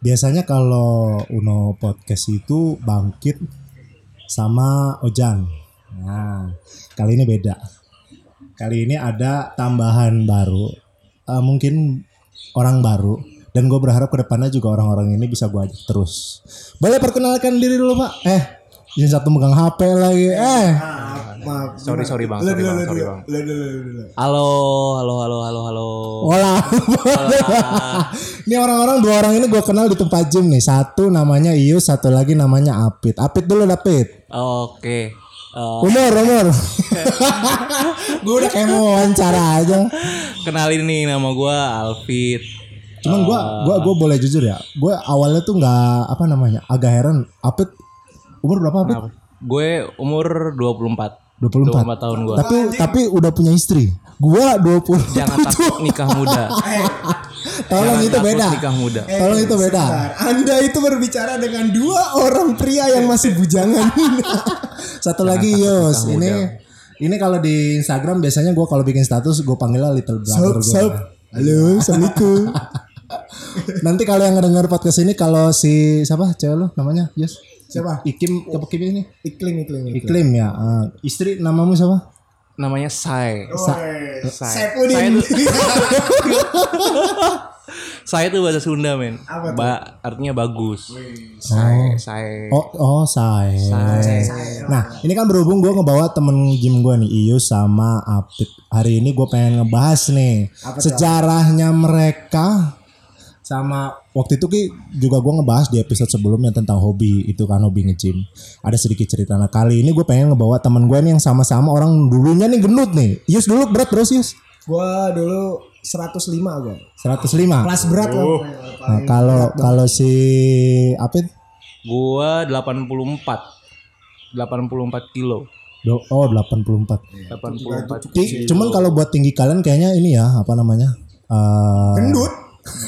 Biasanya kalau Uno podcast itu Bangkit sama Ojan. Nah, kali ini beda. Kali ini ada tambahan baru. Mungkin orang baru. Dan gue berharap kedepannya juga orang-orang ini bisa gue ajak terus. Boleh perkenalkan diri dulu Pak? Yang satu megang HP lagi. Maaf. Sorry bang. Halo. Hola. Ini orang-orang, dua orang ini gue kenal di tempat gym nih. Satu namanya Ius, satu lagi namanya Apit. Apit dulu Apit. Oke. Umur. Gue udah kayak mau wawancara aja. Kenalin nih, nama gue Alfit. Cuman gue boleh jujur ya. Gue awalnya tuh nggak agak heran. Apit umur berapa Apit? Gue umur 24 tahun gue. Tapi udah punya istri. Gue 20. Jangan takut nikah muda. Tolong itu beda. Nikah muda. Tolong itu beda. Anda itu berbicara dengan dua orang pria yang masih bujangan. Satu lagi Yos. Ini kalau di Instagram biasanya gue kalau bikin status gue panggilnya little brother gue. Halo, assalamualaikum. Nanti kalau yang ngedenger podcast ini, kalau si siapa cewek lo namanya Yos? Siapa? Ikim ini? Iklim ya. Istri namamu siapa? Namanya Sai. Saipudin. Sai itu bahasa Sunda men. Artinya bagus. Sai. Sai. Nah ini kan berhubung gue ngebawa temen gym gue nih Ius sama Apit. Hari ini gue pengen ngebahas nih sejarahnya mereka. Sama waktu itu juga gue ngebahas di episode sebelumnya tentang hobi. Itu kan hobi nge-gym. Ada sedikit cerita. Nah kali ini gue pengen ngebawa temen gue nih yang sama-sama orang dulunya nih gendut nih. Yus dulu berat terus Yus? Gue dulu 105 gue. 105? Kelas berat lah. Nah kalau si Apit? Gue 84 kilo. Oh 84. Cuman kalau buat tinggi kalian kayaknya ini ya gendut.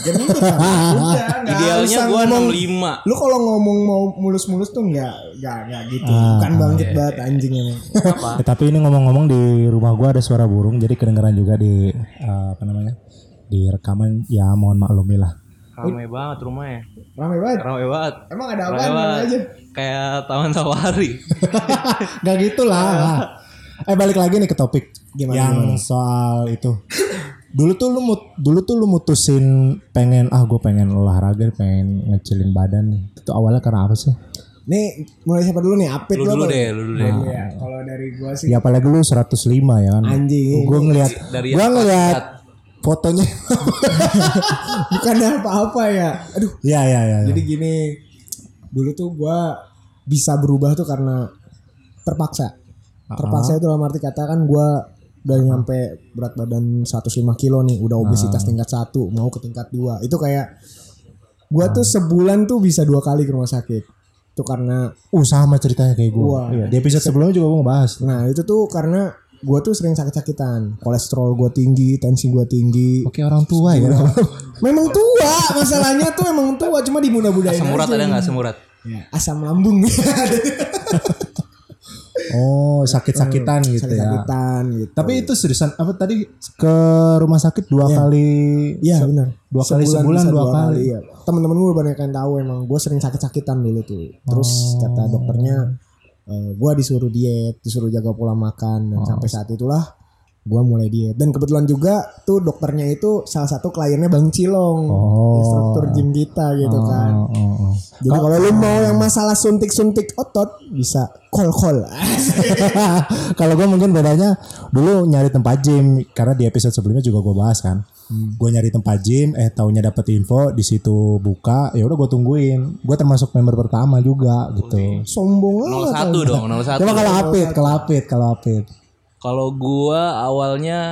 Idealnya gue 65. Lu kalau ngomong mau mulus-mulus tuh nggak gitu. Bukan Bangkit banget anjing emang. Tapi ini ngomong-ngomong di rumah gue ada suara burung, jadi kedengeran juga di di rekaman ya, mohon maklumi lah. Ramai banget rumahnya. Ramai banget. Emang ada apa aja? Kayak Taman Safari. Gak gitu lah. Balik lagi nih ke topik gimana? Soal itu. Dulu tuh lu mutusin pengen gue pengen olahraga, pengen ngecilin badan nih. Itu awalnya karena apa sih? Nih mulai siapa dulu nih? Apit lu dulu deh. Ya, kalau dari gua sih. Ya apalagi lu 105 ya kan. Anjing. Gua ngeliat fotonya. Bukannya apa-apa ya. Aduh. Iya. Jadi gini. Dulu tuh gua bisa berubah tuh karena terpaksa. Terpaksa itu dalam arti kata kan gua udah nyampe berat badan 105 kilo nih, udah obesitas tingkat 1 mau ke tingkat 2. Itu kayak gua tuh sebulan tuh bisa 2 kali ke rumah sakit. Itu karena sama ceritanya kayak gua. Iya, di episode sebelumnya juga gua ngebahas. Nah, itu tuh karena gua tuh sering sakit-sakitan. Kolesterol gua tinggi, tensi gua tinggi. Oke, orang tua ya. Memang tua, masalahnya tuh emang tua, cuma dimudah-mudahin aja. Asam urat ada enggak asam urat? Ya, asam lambung. Oh, sakit-sakitan gitu ya. Sakit-sakitan gitu. Tapi itu seriusan apa tadi ke rumah sakit 2 kali? Iya, benar. 2 kali sebulan 2 kali. Iya. Teman-teman gue banyak yang tahu emang gue sering sakit-sakitan dulu tuh. Terus kata dokternya gue disuruh diet, disuruh jaga pola makan, dan sampai saat itulah gue mulai diet. Dan kebetulan juga tuh dokternya itu salah satu kliennya Bang Cilong, instruktur gym kita gitu kan. Jadi kalau lu mau yang masalah suntik-suntik otot bisa call. Kalau gue mungkin bedanya dulu nyari tempat gym, karena di episode sebelumnya juga gue bahas kan. Gue nyari tempat gym, taunya dapet info di situ buka, ya udah gue tungguin. Gue termasuk member pertama juga gitu. Sombong 01 dong, 01. Coba kalau Apit. Kalau gua awalnya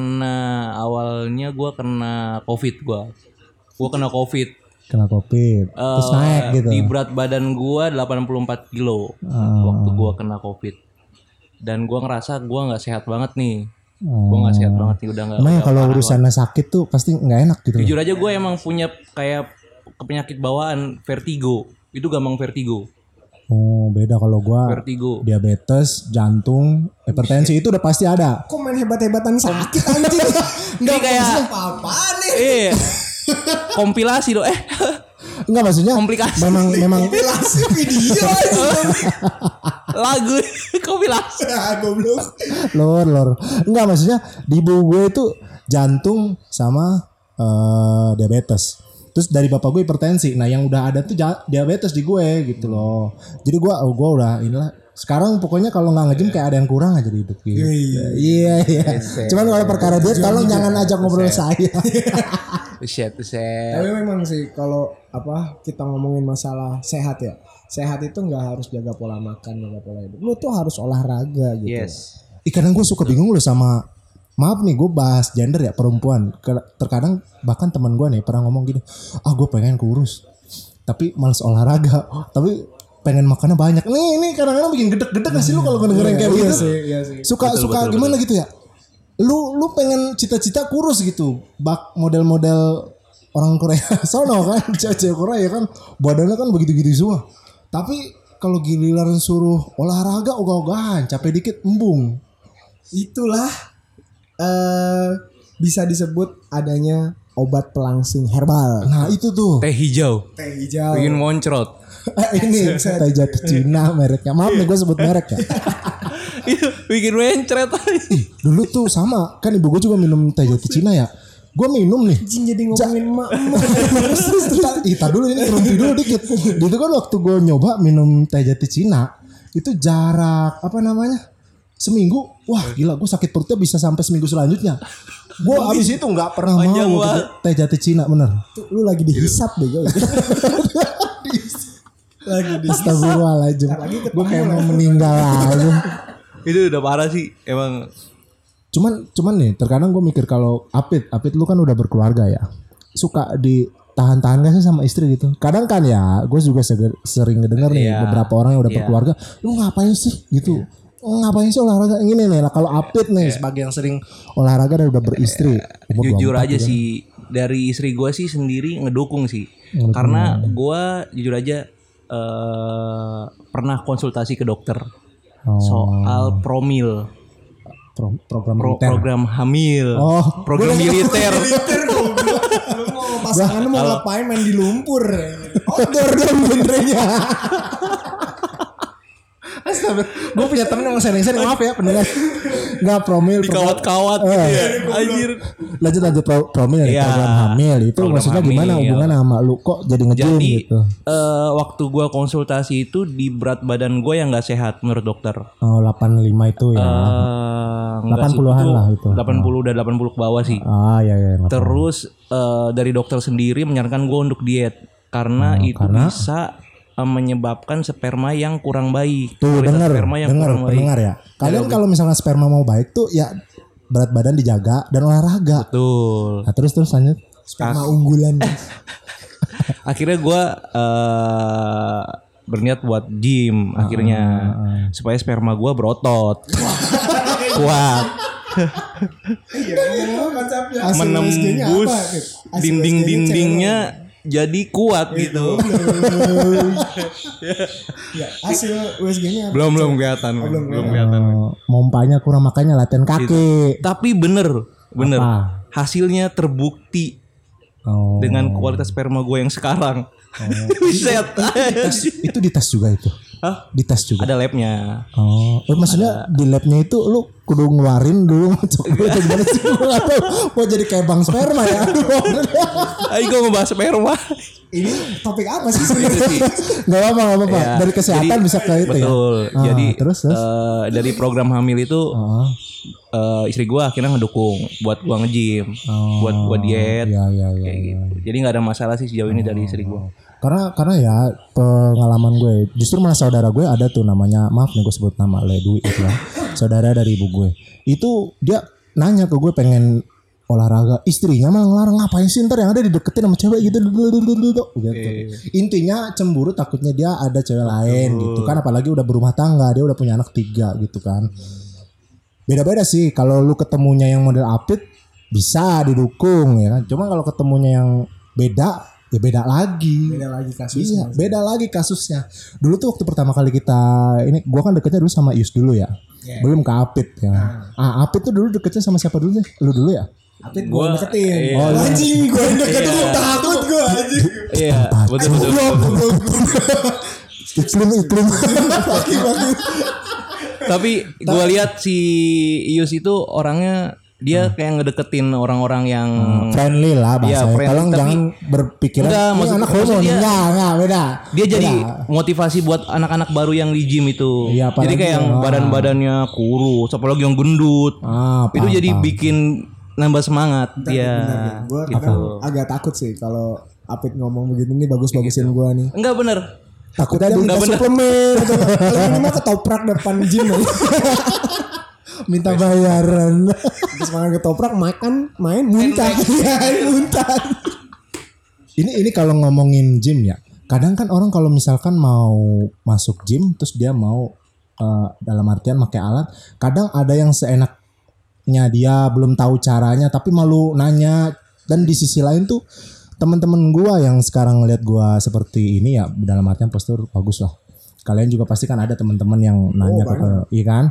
gua kena COVID gua. Kena COVID. Terus naik gitu. Di berat badan gua 84 kilo waktu gua kena COVID. Dan gua ngerasa gua enggak sehat banget nih. Gua enggak sehat banget nih, udah enggak. Emang kalau urusannya sakit tuh pasti enggak enak gitu. Jujur aja gua emang punya kayak penyakit bawaan, vertigo. Itu gampang vertigo. Oh beda kalau gua vertigo, diabetes, jantung, hipertensi itu udah pasti ada. Kok main hebat-hebatan sakit anjing. Nggak kayak apa-apa nih. Kompilasi loh. Enggak maksudnya Komplikasi. memang Kompilasi video aja. Lagu kompilasi. Goblok. lor. Enggak maksudnya di ibu gue itu jantung sama diabetes. Terus dari bapak gue hipertensi. Nah yang udah ada tuh diabetes di gue gitu loh. Jadi gue udah inilah. Sekarang pokoknya kalau nggak nge-gym kayak ada yang kurang aja di hidup gitu. Iya. Cuman kalau perkara diet tolong jangan ajak ngobrol saya. Buset. Tapi memang sih kalau kita ngomongin masalah sehat ya. Sehat itu nggak harus jaga pola makan, jaga pola hidup. Lu tuh harus olahraga gitu. Yes. Kadang gue suka bingung loh sama, maaf nih gue bahas gender ya, perempuan. Terkadang bahkan teman gue nih pernah ngomong gini, gue pengen kurus tapi males olahraga, tapi pengen makannya banyak. Ini kadang-kadang bikin gedek-gedek gak sih lu kalau ngedengerin kayak gitu? Iya sih. Suka gimana gitu ya? Lu pengen cita-cita kurus gitu, model-model orang Korea sono kan, cewek Korea kan badannya kan begitu-gitu semua. Tapi kalau giliran suruh olahraga ogah-ogahan, capek dikit embung. Itulah bisa disebut adanya obat pelangsing herbal. Nah itu tuh. Teh hijau. Teh hijau. Bikin moncrot. Ini teh jati Cina mereknya. Maaf nih gue sebut merek ya. Itu bikin mencret. Dulu tuh sama kan ibu gue juga minum teh jati Cina ya. Gue minum nih. Jadi ngomongin emak. Tar dulu ini berhenti dulu dikit. Itu kan waktu gue nyoba minum teh jati Cina itu jarak seminggu. Wah gila, gue sakit perutnya bisa sampai seminggu selanjutnya. Gue abis itu nggak pernah Panjang mau banget. teh jati Cina bener. Lu lagi dihisap deh gue. Lagi dihisap. Astagfirullahaladzim. Gue kayak mau meninggal aja. Itu udah parah sih emang. Cuman nih terkadang gue mikir kalau Apit lu kan udah berkeluarga ya, suka ditahan-tahan gak sih sama istri gitu? Kadang kan ya gue juga sering ngedenger nih beberapa orang yang udah berkeluarga, lu ngapain sih gitu? Ngapain sih olahraga ini nih lah. Kalau Apit nih sebagai yang sering olahraga dan udah beristri, Jujur aja sih dari istri gue sih sendiri ngedukung sih. Karena gue jujur aja pernah konsultasi ke dokter soal promil. Program hamil. Program militer. Lu mau pasangan lu mau ngapain, main di lumpur. Outdoor dong benernya. Gue punya temen yang sering-sering, maaf ya pendengar. Nggak promil. Kawat-kawat gitu ya. Anjir. Lanjut promil Iya. Program hamil itu Program maksudnya hamil. gimana hubungan sama lu kok jadi nge-gym gitu? Waktu gue konsultasi itu di berat badan gue yang nggak sehat menurut dokter. 85 itu ya. 80-an lah itu. 80 dan 80 ke bawah sih. Iya. Terus dari dokter sendiri menyarankan gue untuk diet karena itu bisa menyebabkan sperma yang kurang baik. Tuh Kualitas dengar sperma yang kurang baik. pendengar ya. Kalian kalau misalnya sperma mau baik tuh ya berat badan dijaga dan olahraga. Betul. Nah, terus lanjut. Sperma unggulan. Akhirnya gue berniat buat gym akhirnya supaya sperma gue berotot kuat menembus dinding-dindingnya jadi kuat gitu. Ya, hasil USG-nya apa? belum kelihatan Mompanya kurang makanya latihan kaki. tapi bener Apa? hasilnya terbukti dengan kualitas sperma gue yang sekarang. Buset. Itu dites juga itu. Hah? Dites juga. Ada labnya. Maksudnya di labnya itu lu kudu ngeluarin dulu coklat atau gimana sih? Gue gak tahu. Mau jadi kayak bang sperma ya. Ayo gue ngebahas sperma. Ini topik apa sih Itu sebenarnya? sih. Gak apa-apa. Ya, Dari kesehatan jadi, bisa ke itu betul. ya. Jadi terus. dari program hamil itu istri gue akhirnya ngedukung buat gue nge-gym, buat gue diet. Iya. Kayak gitu. Jadi nggak ada masalah sih sejauh ini dari istri gue. Karena ya pengalaman gue justru malah saudara gue ada tuh namanya, maaf nih gue sebut nama Ledwi itu ya, saudara dari ibu gue itu dia nanya ke gue pengen olahraga, istrinya malah ngelarang, ngapain sih ntar yang ada dideketin sama cewek gitu. Intinya cemburu, takutnya dia ada cewek lain gitu kan, apalagi udah berumah tangga, dia udah punya anak 3 gitu kan. Beda-beda sih kalau lu ketemunya yang model Apit bisa didukung ya kan, cuma kalau ketemunya yang beda ya beda lagi kasusnya. Iya, beda lagi kasusnya. Dulu tuh waktu pertama kali kita ini, gua kan deketnya dulu sama Yus dulu ya. Belum ke Apit ya. Apit tuh dulu deketnya sama siapa dulu sih? Lu dulu ya? Apit gue deketin. Iya. Anjing gue deketin lu takut gue anjing. Iya, betul. Iklim. Tapi gue lihat si Ius itu orangnya dia kayak ngedeketin orang-orang yang friendly lah Iya, bahasanya. friendly, Tolong tapi- jangan berpikiran Enggak, ini maksud- anak homo maksud nih. dia- Enggak, beda. dia jadi Beda. motivasi buat anak-anak baru yang di gym itu. Iya, apalagi jadi kayak yang yang- badan-badannya kurus, apalagi yang gendut. Itu Paham, jadi paham. bikin nambah semangat dia. Gue Gitu. kadang agak takut sih kalau Apit ngomong begini nih bagus-bagusin gue nih. Enggak bener. Takutnya Enggak minta bener. suplemen atau paling minimal ketoprak depan gym aja. minta bayaran. Terus makan ketoprak main muntah. Muntah. Ini kalau ngomongin gym ya. Kadang kan orang kalau misalkan mau masuk gym terus dia mau dalam artian pakai alat, kadang ada yang seenaknya dia belum tahu caranya tapi malu nanya. Dan di sisi lain tuh teman-teman gua yang sekarang ngeliat gua seperti ini ya dalam artian postur bagus lah. Kalian juga pasti kan ada teman-teman yang nanya iya kan?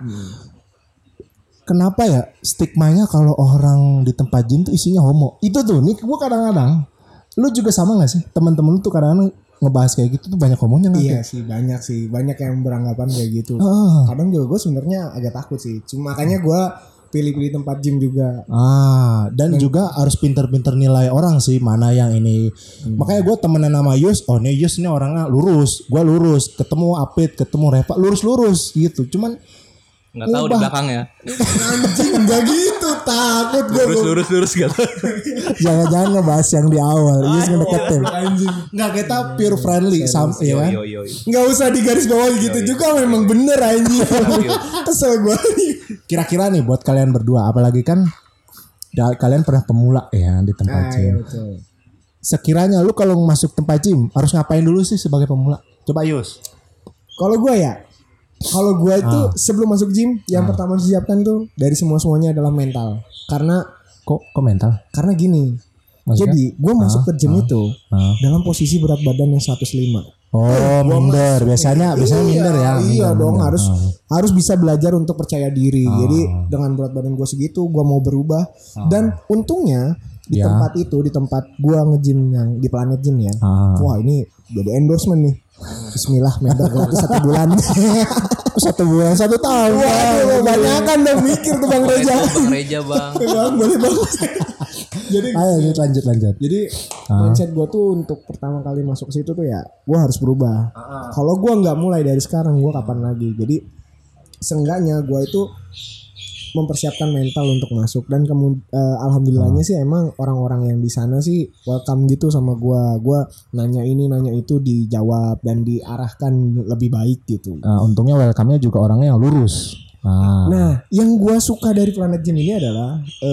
Kenapa ya stigmanya kalau orang di tempat gym tuh isinya homo? Itu tuh nih gua kadang-kadang, lu juga sama gak sih? Teman-teman lu tuh kadang-kadang ngebahas kayak gitu tuh banyak homonya gak? Iya sih banyak yang beranggapan kayak gitu. Kadang juga gue sebenarnya agak takut sih. Cuma makanya gue pilih-pilih tempat gym juga. Dan juga harus pinter-pinter nilai orang sih mana yang ini. Makanya gue temenan sama Yus. Oh nih Yus nih orangnya lurus. Gue lurus. Ketemu Apit, ketemu Reva lurus-lurus gitu. Cuman Nggak tahu di belakangnya. Anjing enggak gitu, takut gue. Lurus gitu. jangan ngebahas yang di awal. Yus ngedeketin. Anjing. Nggak, kita pure friendly ya kan? Yo. Enggak usah di garis bawah gitu juga memang bener anjing. Kesel gue. Kira-kira nih buat kalian berdua, apalagi kan kalian pernah pemula ya di tempat gym. Betul. Sekiranya lu kalau masuk tempat gym harus ngapain dulu sih sebagai pemula? Coba Yus. Kalau gue itu sebelum masuk gym yang pertama disiapkan tuh dari semuanya adalah mental. Karena Kok mental? Karena gini. Maksudnya? Jadi gue masuk ke gym itu dalam posisi berat badan yang 105. Oh, minder. Biasanya minder ya. Iya Minder, dong, minder. harus bisa belajar untuk percaya diri. Jadi dengan berat badan gue segitu, gue mau berubah. Dan untungnya di tempat itu, di tempat gue nge-gym yang di Planet Gym ya. Wah ini jadi endorsement nih. Bismillah, member gratis 1 bulan. 1 bulan 1 tahun. Waduh, banyakan dong mikir tuh Bang Reja. Bang Reja bang. Bang, boleh bang. Jadi Ayo lanjut. Jadi mindset gue tuh untuk pertama kali masuk ke situ tuh ya gue harus berubah. Kalau gue nggak mulai dari sekarang gue kapan lagi. Jadi seenggaknya gue itu mempersiapkan mental untuk masuk dan alhamdulillahnya sih emang orang-orang yang di sana sih welcome gitu sama gue. Gue nanya ini nanya itu dijawab dan diarahkan lebih baik gitu. Untungnya welcome-nya juga orangnya yang lurus. Nah, yang gue suka dari Planet Gym ini adalah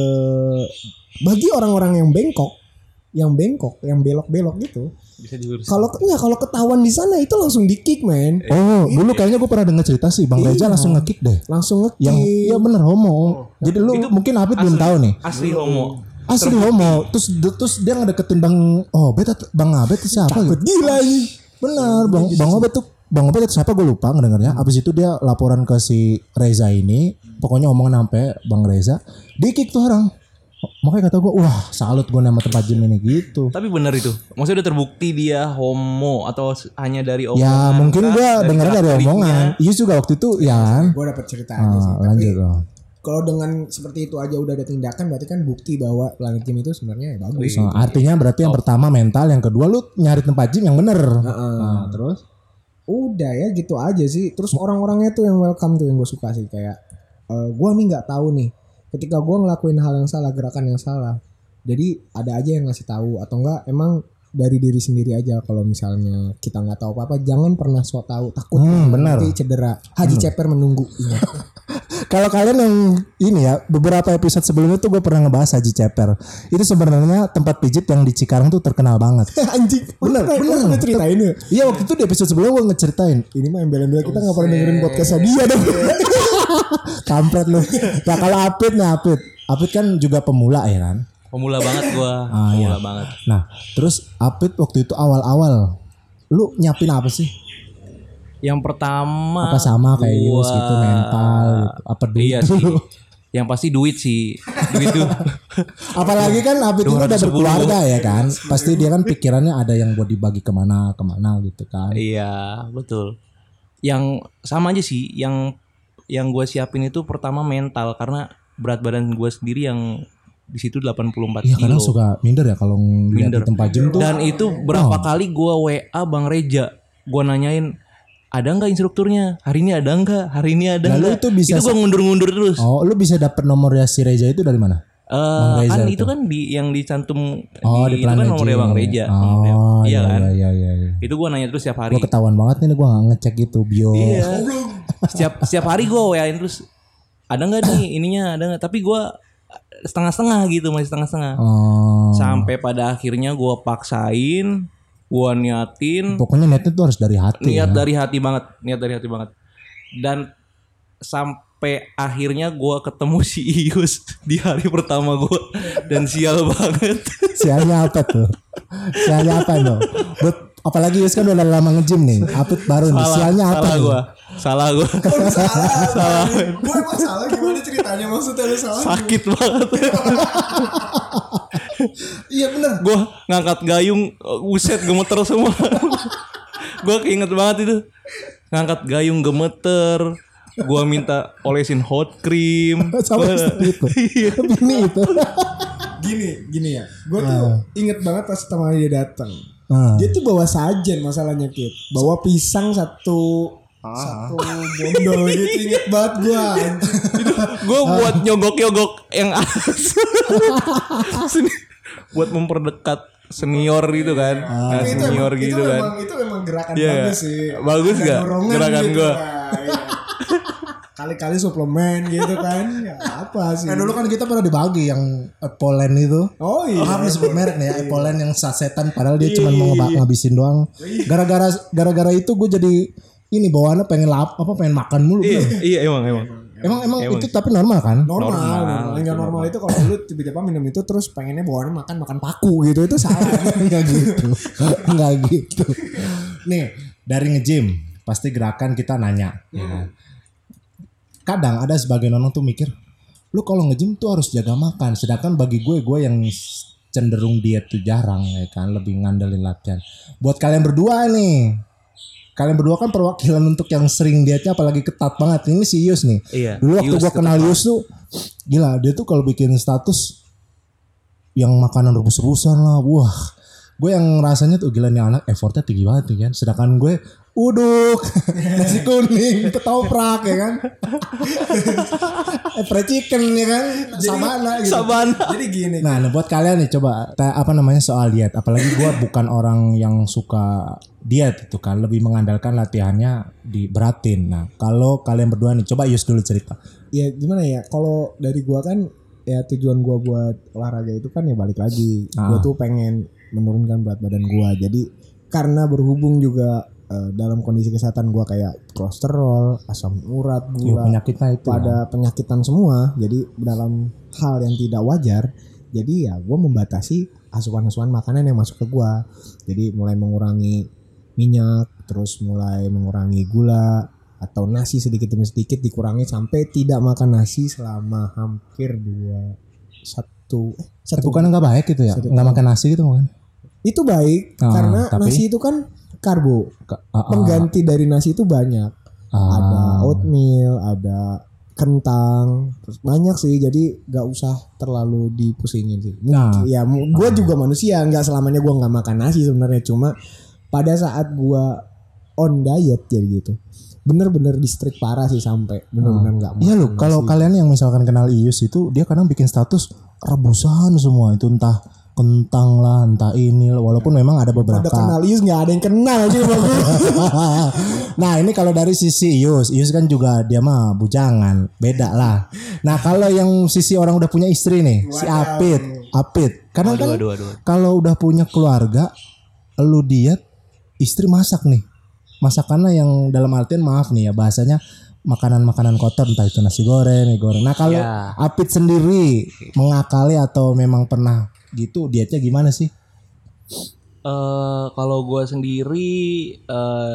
bagi orang-orang yang bengkok, yang belok-belok gitu. Bisa dilurus. Kalau ketahuan di sana itu langsung di kick, men. Oh, dulu kayaknya gue pernah denger cerita sih Bang Reja langsung nge-kick deh. Langsung nge-kick. Yang iya bener homo. Jadi lu mungkin Apit belum tahu nih. Asli homo. Asli homo. Terus dia ngedeketin Bang Bang Abet itu siapa Takut gitu? gila ini. Bener, Bang Abet itu siapa gue lupa ngedengarnya. Abis itu dia laporan ke si Reza ini. Pokoknya omongan sampai Bang Reza. Di-kick tuh orang. Makanya kata gue, wah salut gue nama tempat gym ini gitu. Tapi benar itu. Maksudnya udah terbukti dia homo atau hanya dari omongan. Ya mungkin gue dengarnya dari gerak-geriknya. omongan. Iya juga waktu itu ya kan. Gue dapet cerita aja sih. Tapi Lanjut dong. kalau dengan seperti itu aja udah ada tindakan berarti kan bukti bahwa Planet Gym itu sebenarnya ya bagus. Artinya berarti yang pertama mental, yang kedua lu nyari tempat gym yang bener. Terus? Udah ya gitu aja sih. Terus orang-orangnya tuh yang welcome tuh yang gue suka sih kayak gue nih nggak tahu nih. Ketika gue ngelakuin hal yang salah, gerakan yang salah, jadi ada aja yang ngasih tahu atau enggak emang dari diri sendiri aja. Kalau misalnya kita nggak tahu apa-apa, jangan pernah sok tahu, takut nanti cedera. Haji Ceper menunggu. Kalau kalian yang ini ya, beberapa episode sebelumnya tuh gue pernah ngebahas Haji Ceper. Itu sebenarnya tempat pijit yang di Cikarang tuh terkenal banget. Anjing, bener ngeceritain ya. Iya waktu itu di episode sebelumnya gue ngeceritain. Ini mah embel-embel kita nggak pernah dengerin podcastnya dia dong. Kampret lu. Nah kalau Apit kan juga pemula ya kan. Pemula banget gua. Pemula banget. Nah terus Apit waktu itu awal-awal lu nyiapin apa sih? Yang pertama Apa sama kayak Yus gitu mental gitu. Apa duit Iya dulu? sih. Yang pasti duit sih. Duit tuh. Apalagi kan Apit itu udah 210. berkeluarga ya kan. Pasti dia kan pikirannya ada yang buat dibagi kemana gitu kan. Iya, betul. Yang sama aja sih, yang gue siapin itu pertama mental, karena berat badan gue sendiri yang di situ 84 Iya kadang kilo. suka minder ya kalau ngeliat Minder. di tempat gym tuh. Dan itu berapa kali gue WA Bang Reja, gue nanyain ada nggak instrukturnya, hari ini ada Lalu nggak? itu bisa Itu gue ngundur terus. Oh, lu bisa dapet nomornya si Reza itu dari mana? Bang Reza Kan itu. itu kan yang dicantum Di itu kan Planet nomornya Gym. Bang Reja. Oh, Iya kan? Iya. Itu gue nanya terus setiap hari. Gua ketahuan banget nih, gua gak ngecek itu bio. Iya. setiap hari gue WA-in terus ada nggak nih ininya, ada nggak? Tapi gue setengah-setengah gitu, masih setengah-setengah. Oh. Sampai pada akhirnya gue paksain, gue niatin. Pokoknya niatnya tuh harus dari hati. Niat ya. dari hati banget. Dan sampai akhirnya gue ketemu si Ius di hari pertama gue, dan sial banget. Sialnya apa tuh? Sialnya apa no? Apalagi Yus kan udah lama nge-gym nih. Apit baru nih. Sialnya apa nih? Salah gue. Salah. Gue emang salah, gimana ceritanya, maksudnya lu salah? Sakit banget. Iya bener. Gue ngangkat gayung, uset gemeter semua. Gue keinget banget itu. Ngangkat gayung gemeter. Gue minta olesin hot cream. Sama itu. Ini itu. Gini ya. Gue tuh inget banget pas pertama dia datang. Dia tuh bawa sajen masalahnya, Kit. Bawa pisang satu bondol gitu, inget banget gue. Gue buat nyogok yang atas. Buat memperdekat senior gitu kan. Senior gitu kan. Itu memang gerakan Yeah. bagus sih. Bagus gak gerakan gitu. gue? Kali-kali suplemen gitu kan. Ya, apa sih? Dulu kan kita pernah dibagi yang Epolen itu. Oh iya. Maaf nih sebut merek nih ya, Epolen yang sasetan padahal dia cuma mau ngabisin doang. Gara-gara itu gue jadi ini bawaannya pengen makan mulu. Iya emang. Emang itu tapi normal kan? Normal. Yang normal itu kalau lu tiba-tiba minum itu terus pengennya bawaannya makan paku gitu, itu salah. Enggak gitu. Nih, dari nge-gym pasti gerakan kita nanya, ya kan? Kadang ada sebagian orang tuh mikir, lu kalau nge-gym tuh harus jaga makan. Sedangkan bagi gue yang cenderung diet tuh jarang, ya kan, lebih ngandelin latihan. Buat kalian berdua nih, kalian berdua kan perwakilan untuk yang sering dietnya apalagi ketat banget. Ini si Yus nih. Iya, Dulu waktu Yus gue kenal Yus tuh, gila dia tuh kalau bikin status yang makanan rebus-rebusan lah, wah. Gue yang rasanya tuh gila nih anak effortnya tinggi banget nih kan. Sedangkan gue uduk, nasi kuning, ketoprak ya kan. Fried chicken ya kan. Sabana gitu. Jadi gini. Nah buat kalian nih coba soal diet. Apalagi gue bukan orang yang suka diet itu kan. Lebih mengandalkan latihannya diberatin. Nah kalau kalian berdua nih coba Yus dulu cerita. Ya gimana ya, kalau dari gua kan ya tujuan gua buat olahraga itu kan ya balik lagi. Gua tuh pengen menurunkan berat badan gua. Jadi karena berhubung juga dalam kondisi kesehatan gua kayak kolesterol, asam urat, gula, penyakitnya itu pada penyakitan semua. Jadi dalam hal yang tidak wajar, jadi ya gua membatasi asupan-asupan makanan yang masuk ke gua. Jadi mulai mengurangi minyak, terus mulai mengurangi gula, atau nasi sedikit demi sedikit dikurangi sampai tidak makan nasi selama hampir satu bukan nggak baik gitu ya, nggak makan nasi gitu kan? Itu baik karena tapi nasi itu kan karbo. Pengganti dari nasi itu banyak. Ada oatmeal, ada kentang, terus banyak sih. Jadi nggak usah terlalu dipusingin sih. Ya, gue juga manusia, nggak selamanya gue nggak makan nasi sebenarnya. Cuma pada saat gue on diet jadi gitu, bener-bener di strict parah sih sampai bener-bener nggak makan. Iya loh, kalau kalian yang misalkan kenal Ius itu dia kadang bikin status rebusan semua itu, entah kentang lah, entah ini lah, walaupun memang ada beberapa. Ada kenal Ius nggak ada yang kenal sih. Nah ini kalau dari sisi Ius kan juga dia mah bujangan, beda lah. Nah kalau yang sisi orang udah punya istri nih, si Apit, karena kan kalau udah punya keluarga, lu diet, istri masak nih. Masakannya yang dalam artian maaf nih ya bahasanya makanan-makanan kotor, entah itu nasi goreng, mie goreng. Nah kalau Apit sendiri mengakali atau memang pernah gitu dietnya gimana sih? Kalau gue sendiri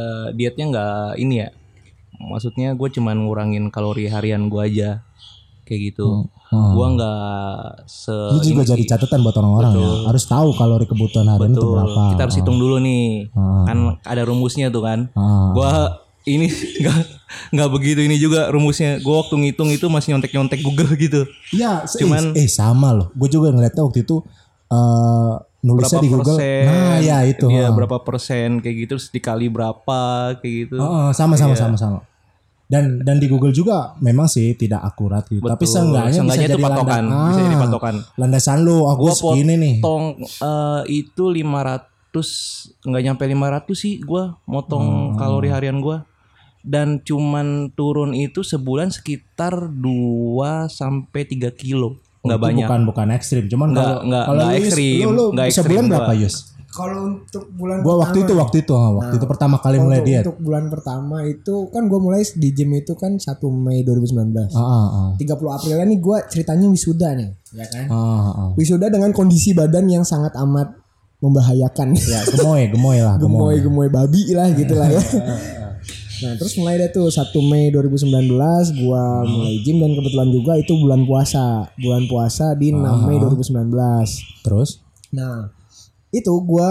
dietnya nggak ini ya. Maksudnya gue cuman ngurangin kalori harian gue aja. kayak gitu. Gua nggak Ini juga jadi catatan buat orang-orang ya. Harus tahu kalori kebutuhan harian itu berapa. Kita harus hitung dulu nih. Kan ada rumusnya tuh kan. Gua ini nggak begitu ini juga rumusnya. Gua waktu ngitung itu masih nyontek-nyontek Google gitu. Iya, Cuman sama loh. Gue juga ngeliatnya waktu itu nulisnya berapa di Google. persen, Nah, ya itu. Dia berapa persen kayak gitu terus dikali berapa kayak gitu. Sama. Dan di Google juga memang sih tidak akurat gitu. Tapi seenggaknya bisa itu jadi patokan, bisa jadi patokan. Landasan lu, aku segini nih. Potong itu 500, nggak nyampe 500 sih gua motong kalori harian gua. Dan cuman turun itu sebulan sekitar 2 sampai 3 kilo. Nggak Itu banyak. bukan ekstrim, cuman kalau ekstrim, lu nggak sebulan ekstrim berapa, gua. Yus? Kalau untuk bulan Gua waktu itu pertama kali mulai diet. Untuk bulan pertama itu kan gue mulai di gym itu kan 1 Mei 2019. 30 Aprilnya nih gue ceritanya wisuda nih, ya kan? Wisuda dengan kondisi badan yang sangat amat membahayakan. Ya, gemoy lah. Gemoy babi lah gitu lah ya. Nah terus mulai deh tuh 1 Mei 2019 gue mulai gym dan kebetulan juga itu bulan puasa di 6 Mei 2019. Terus? Nah itu gue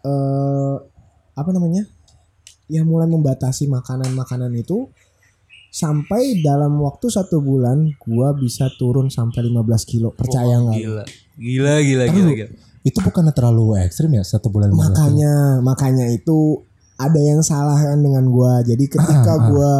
ya mulai membatasi makanan itu sampai dalam waktu 1 bulan gue bisa turun sampai 15 kilo. Percaya nggak? Gila. Itu bukannya terlalu ekstrim ya 1 bulan? Makanya itu ada yang salah kan dengan gue. Jadi ketika gue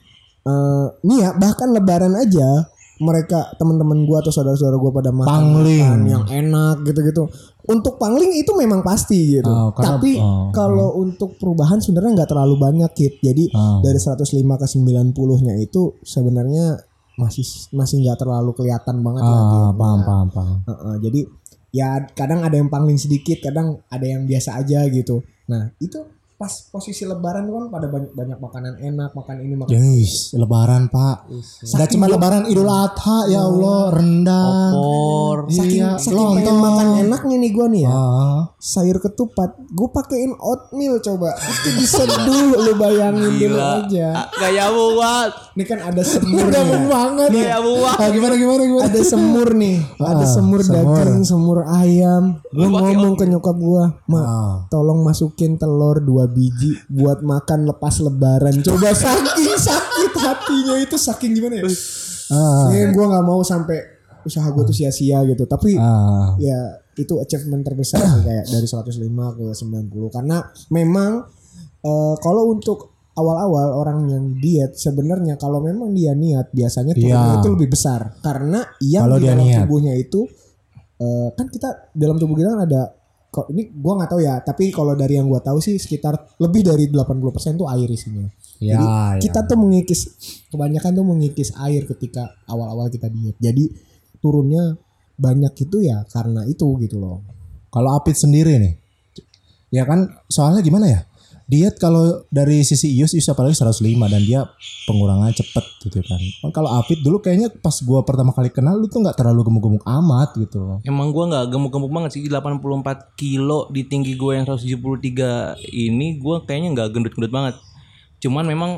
nih ya bahkan lebaran aja mereka teman-teman gue atau saudara-saudara gue pada makan yang enak gitu-gitu. Untuk pangling itu memang pasti gitu. Tapi kalau untuk perubahan sebenarnya nggak terlalu banyak Kit. Jadi dari 105 ke 90-nya itu sebenarnya masih nggak terlalu kelihatan banget lah. Paham. Jadi ya kadang ada yang pangling sedikit, kadang ada yang biasa aja gitu. Nah itu pas posisi lebaran kan pada banyak makanan enak, makan ini makan Yes, lebaran Pak. Gak cuma lebaran, Idul Adha ya Allah, rendang, opor. Saking pengen makan enaknya nih gue nih ya. Sayur ketupat, gue pakein oatmeal coba. Itu diseduh, lu bayangin dulu aja. Gaya buat. Ini kan ada semur. Gabung banget. Gaya buat. Gimana? Ada semur nih, ada semur daging, semur ayam. Gue ngomong ke nyokap gue, tolong masukin telur 2 biji buat makan lepas lebaran. Coba saking sakit hatinya itu, saking gimana ya? Gue nggak mau sampai usaha gue tuh sia-sia gitu. Tapi ya itu achievement terbesar sih, kayak dari 105 ke 90. Karena memang kalau untuk awal-awal orang yang diet sebenarnya kalau memang dia niat biasanya turunnya itu lebih besar. Karena yang di dalam tubuhnya itu kan kita dalam tubuh kita kan ada, kok ini gue nggak tahu ya, tapi kalau dari yang gue tahu sih sekitar lebih dari 80% tuh air isinya. Jadi kita tuh kebanyakan tuh mengikis air ketika awal-awal kita diet. Jadi turunnya banyak itu ya karena itu gitu loh. Kalau Apit sendiri nih, ya kan soalnya gimana ya? Diet kalau dari sisi Ius apalagi 105 dan dia pengurangan cepet gitu kan. Kalau Apit dulu kayaknya pas gua pertama kali kenal lu tuh nggak terlalu gemuk-gemuk amat gitu. Emang gua nggak gemuk-gemuk banget sih, 84 kilo di tinggi gua yang 173 ini gua kayaknya nggak gendut-gendut banget. Cuman memang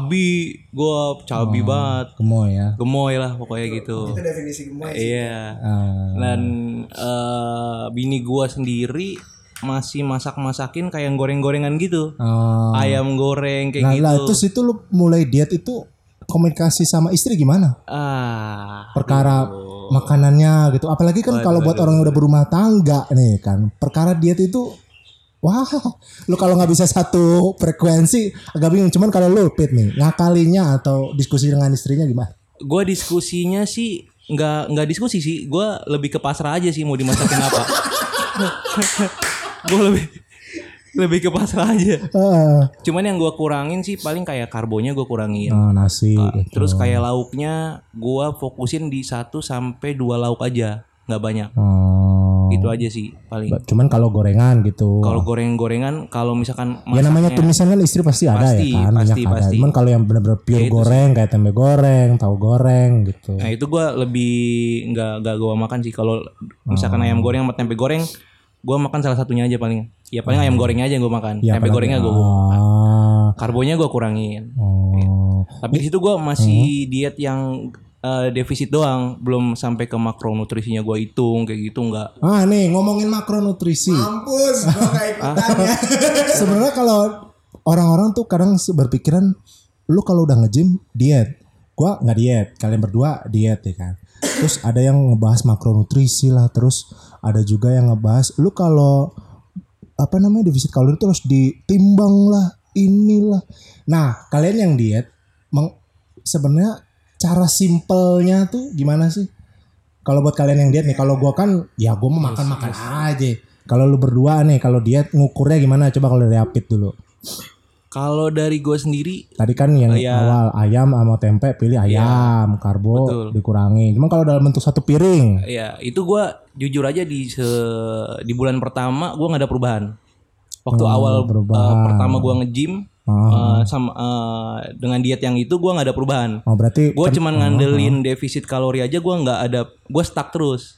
gua cabi banget. Gemoy lah pokoknya gitu. Itu definisi gemoy sih. Iya. Dan bini gua sendiri masih masakin kayak goreng-gorengan gitu. Ayam goreng kayak gitu. Nah, terus itu lu mulai diet itu komunikasi sama istri gimana? Perkara makanannya gitu. Apalagi kan kalau buat orang yang udah berumah tangga nih kan, perkara diet itu wah, lu kalau nggak bisa satu frekuensi agak bingung. Cuman kalau lu Pit nih, ngakalinya atau diskusi dengan istrinya gimana? Gua diskusinya sih nggak diskusi sih. Gua lebih ke pasrah aja sih mau dimasakin apa. Gue lebih ke pasrah aja. Cuman yang gue kurangin sih paling kayak karbonya gue kurangin. Nasi. Terus kayak lauknya gue fokusin di 1 sampai 2 lauk aja, nggak banyak. Gitu aja sih paling. Cuman kalau gorengan gitu. Kalau gorengan kalau misalkan ya namanya tumisan kan istri pasti ada ya kan. Pasti. Cuman kalau yang benar-benar pure goreng kayak tempe goreng, tahu goreng gitu. Nah itu gue lebih nggak gue makan sih. Kalau misalkan ayam goreng sama tempe goreng, gue makan salah satunya aja paling. Ya paling ayam gorengnya aja yang gue makan. Ya, tempe gorengnya gue makan. Karbonya gue kurangin. Gitu. Tapi di situ gue masih diet yang defisit doang, belum sampai ke makronutrisinya gue hitung kayak gitu enggak. Nih ngomongin makronutrisi. Mampus, gue gak ikutan ya. Sebenarnya kalau orang-orang tuh kadang berpikiran lu kalau udah nge-gym diet. Gua nggak diet, kalian berdua diet ya kan. Terus ada yang ngebahas makronutrisi lah, terus ada juga yang ngebahas lu kalau defisit kalori itu harus ditimbang lah, inilah. Nah, kalian yang diet sebenarnya cara simpelnya tuh gimana sih? Kalau buat kalian yang diet nih, kalau gua kan ya gua mau makan-makan aja. Kalau lu berdua nih, kalau diet ngukurnya gimana? Coba kalau dari Apit dulu. Kalau dari gue sendiri, tadi kan yang awal ayam sama tempe, pilih ayam, karbo betul. dikurangi. Cuman kalau dalam bentuk satu piring, ya itu gue jujur aja di bulan pertama gue nggak ada perubahan. Waktu awal pertama gue nge-gym sama dengan diet yang itu gue nggak ada perubahan. Berarti gue cuman ngandelin defisit kalori aja, gue nggak ada, gue stuck terus.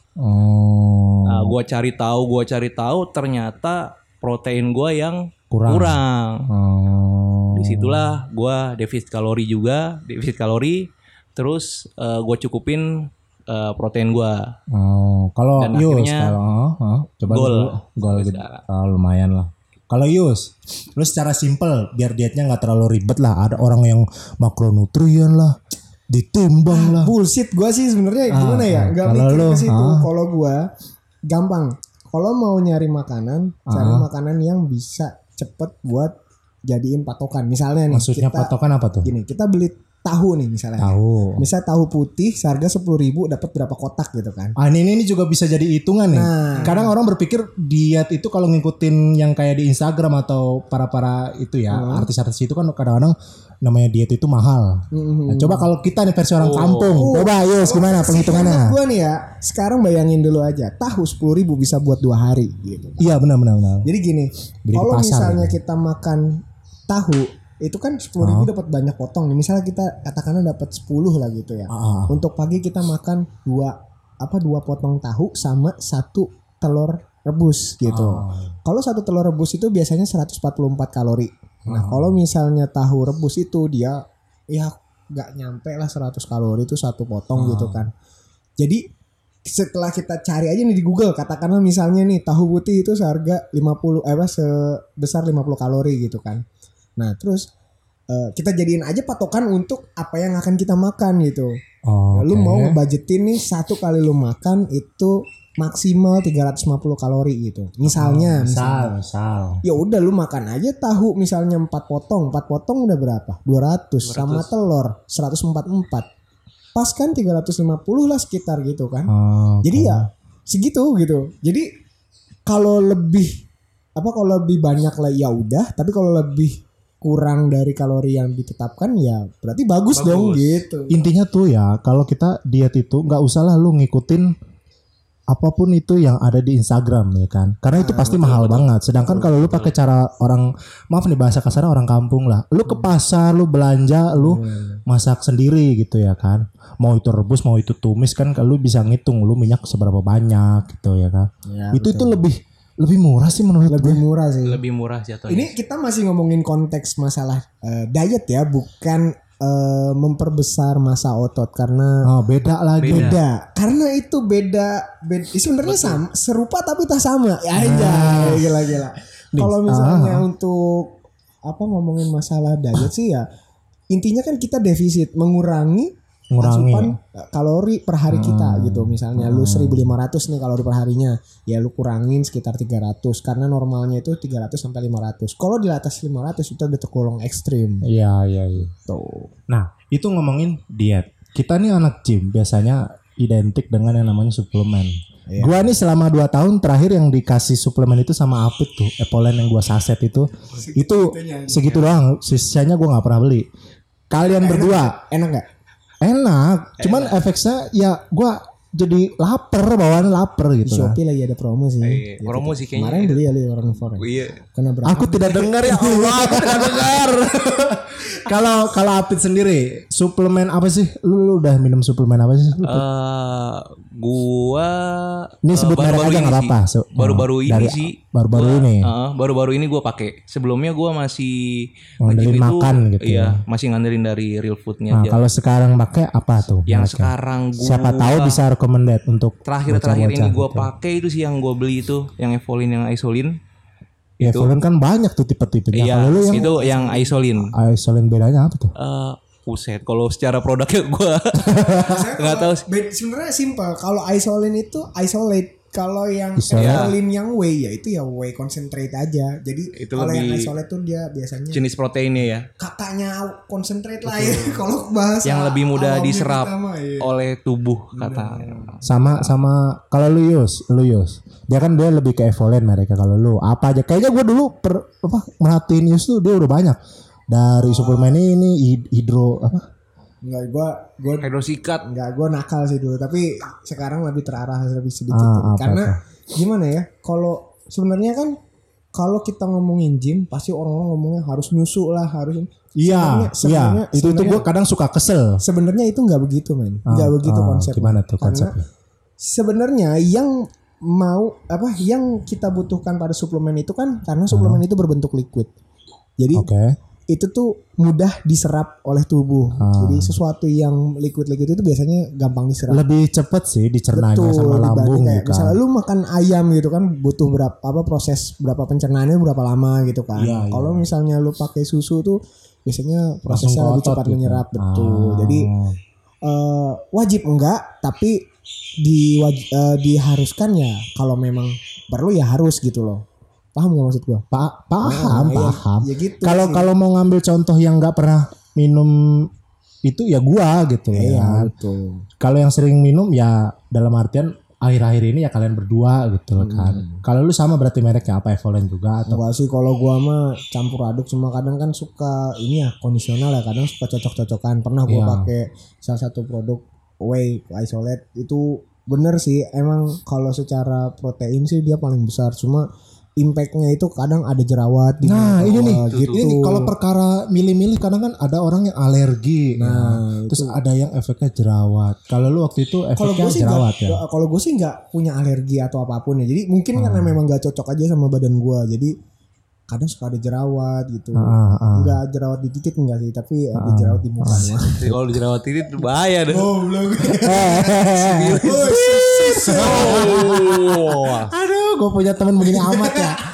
Gue cari tahu, ternyata protein gue yang kurang. Disitulah gue defisit kalori, terus gue cukupin protein gue. Kalau Yus, coba gol gitu. Lumayan lah. Kalau Yus, lu secara simpel biar dietnya nggak terlalu ribet lah. Ada orang yang makronutrien lah, ditimbang lah. Bullshit, gue sih sebenarnya gimana ya? Gak mikir ke situ. Kalau gue gampang. Kalau mau nyari makanan, cari makanan yang bisa cepet buat jadiin patokan. Misalnya nih, maksudnya patokan apa tuh? Gini, kita beli tahu nih misalnya. Misal tahu putih seharga 10.000 dapat berapa kotak gitu kan. Ini juga bisa jadi hitungan nih. Kadang orang berpikir diet itu kalau ngikutin yang kayak di Instagram atau para itu ya, artis-artis itu kan kadang-kadang namanya diet itu mahal. Nah, coba kalau kita nih versi orang kampung. Coba Yus gimana penghitungannya? Gue nih ya, sekarang bayangin dulu aja. Tahu 10.000 bisa buat 2 hari gitu. Iya benar. Jadi gini, kalau misalnya kita makan tahu itu kan 10.000 dapat banyak potong nih. Misalnya kita katakanlah dapat 10 lah gitu ya. Untuk pagi kita makan 2 potong tahu sama 1 telur rebus gitu. Kalau 1 telur rebus itu biasanya 144 kalori. Nah, kalau misalnya tahu rebus itu dia ya nggak nyampe lah 100 kalori itu 1 potong gitu kan. Jadi setelah kita cari aja nih di Google, katakanlah misalnya nih tahu putih itu seharga sebesar 50 kalori gitu kan. Nah terus kita jadiin aja patokan untuk apa yang akan kita makan gitu. Lu mau ngebudgetin nih 1 kali lu makan itu maksimal 350 kalori gitu. Misalnya. Ya udah lu makan aja tahu misalnya 4 potong udah berapa? 200 sama telur 144. Pas kan 350 lah sekitar gitu kan. Jadi ya segitu gitu. Jadi kalau lebih banyak lah ya udah, tapi kalau lebih kurang dari kalori yang ditetapkan ya berarti bagus dong gitu. Intinya tuh ya kalau kita diet itu nggak usah lah lu ngikutin apapun itu yang ada di Instagram ya kan, karena itu pasti mahal banget. Sedangkan kalau lu pakai cara orang, maaf nih bahasa kasarnya orang kampung lah, lu ke pasar, lu belanja, lu masak sendiri gitu ya kan, mau itu rebus mau itu tumis kan, kalau lu bisa ngitung lu minyak seberapa banyak gitu ya kan. Itu lebih murah sih menurut gue. Lebih murah jatuhnya. Ini kita masih ngomongin konteks masalah diet ya, bukan memperbesar masa otot karena beda lagi. Beda. Karena itu beda sebenarnya sama, serupa tapi tak sama. Ya aja. Gila. Kalau misalnya untuk ngomongin masalah diet sih ya intinya kan kita defisit, mengurangi asupan kalori per hari kita gitu. Misalnya lu 1.500 nih kalori per harinya, ya lu kurangin sekitar 300 karena normalnya itu 300 sampai 500. Kalau di atas 500 itu udah tergolong ekstrim. Iya. Tuh. Nah, itu ngomongin diet. Kita nih anak gym biasanya identik dengan yang namanya suplemen. Iya. Gua nih selama 2 tahun terakhir yang dikasih suplemen itu sama Apit tuh, Epolen yang gua saset itu segitu doang. Sisanya gua nggak pernah beli. Kalian berdua enak nggak? Enak, cuman efeknya ya gue jadi bawaan lapar gitu. Di Shopee lagi ada promo sih. Promo sih kayaknya. Kemarin beli orang forex. Iya. Aku tidak dengar ya Allah, aku tidak dengar. Kalau Apit sendiri, suplemen apa sih? Lu udah minum suplemen apa sih? Gua Ini sebut merek aja nggak apa-apa. Baru-baru ini sih. Baru-baru ini. Baru-baru ini gue pakai. Sebelumnya gue masih ngandelin makan gitu. Iya, masih ngandelin dari real foodnya Nah, aja. kalau sekarang pakai apa tuh? Yang mereknya? sekarang gue Siapa tahu bisa recommended untuk terakhir ini bocah-bocah gue gitu. pakai itu sih yang gue beli itu, yang Evolin yang Isolin. Ya, Evolin kan banyak tuh tipe-tipenya. Iya, Kalau lu itu yang Isolin. Isolin bedanya apa tuh? Puset, kalau secara produknya gue nggak tahu sih. Sebenarnya simple. Kalau Isolin itu isolate. Kalau yang Isolate. Evolin yang whey ya itu ya whey concentrate aja. Jadi Itu kalau yang lebih isolate tuh dia biasanya jenis proteinnya ya, kakaknya concentrate lah ya. Kalau bahasa yang lebih mudah awamnya diserap pertama, iya. oleh tubuh kata. Sama kalau lu Yus. Dia kan dia lebih ke Evolin mereka. Kalau lu apa aja? Kayaknya gue dulu merhatiin Yus tuh dia udah banyak. Dari suplemen ini hidro apa? Enggak, gue Hidrosikat. enggak, gue nakal sih dulu, tapi sekarang lebih terarah lebih sedikit. Apa, Karena gimana ya? Kalau sebenarnya kan kalau kita ngomongin gym pasti orang-orang ngomongnya harus nyusu lah, harus Iya. Itu gue kadang suka kesel. sebenarnya itu nggak begitu, men. Nggak begitu konsepnya. Gimana tuh Karena konsepnya? sebenarnya yang yang kita butuhkan pada suplemen itu kan karena suplemen itu berbentuk liquid. Jadi itu tuh mudah diserap oleh tubuh. Jadi sesuatu yang liquid-liquid itu biasanya gampang diserap. Lebih cepet sih dicernanya sama lambung kayak gitu. misalnya lu makan ayam gitu kan butuh proses berapa pencernaannya berapa lama gitu kan. Iya, Kalau misalnya lu pakai susu tuh biasanya prosesnya lebih cepat gitu. menyerap, betul. Jadi wajib enggak, tapi diharuskan ya kalau memang perlu ya harus gitu loh. Paham gak maksud gua? Paham. Ya gitu. Kalau mau ngambil contoh yang nggak pernah minum itu ya gua gitu ya. Betul. Kalau yang sering minum ya dalam artian akhir-akhir ini ya kalian berdua gitu loh kan. Kalau lu sama berarti mereknya apa, Evolin juga atau? Enggak sih, kalau gua mah campur aduk, cuma kadang kan suka ini ya kondisional ya, kadang suka cocok-cocokan. Pernah gua pakai salah satu produk whey isolate itu bener sih, emang kalau secara protein sih dia paling besar, cuma impactnya itu kadang ada jerawat di gitu. Ini kalau perkara milih-milih kadang kan ada orang yang alergi, terus ada yang efeknya jerawat. Kalau lu waktu itu efeknya jerawat ya? Kalau gue sih nggak punya alergi atau apapun ya, jadi mungkin karena memang nggak cocok aja sama badan gue, jadi kadang suka ada jerawat gitu. Nggak jerawat di titik enggak sih, tapi ada jerawat di muka. Kalau jerawat titik bahaya deh. Aduh, gue punya teman begini amat ya.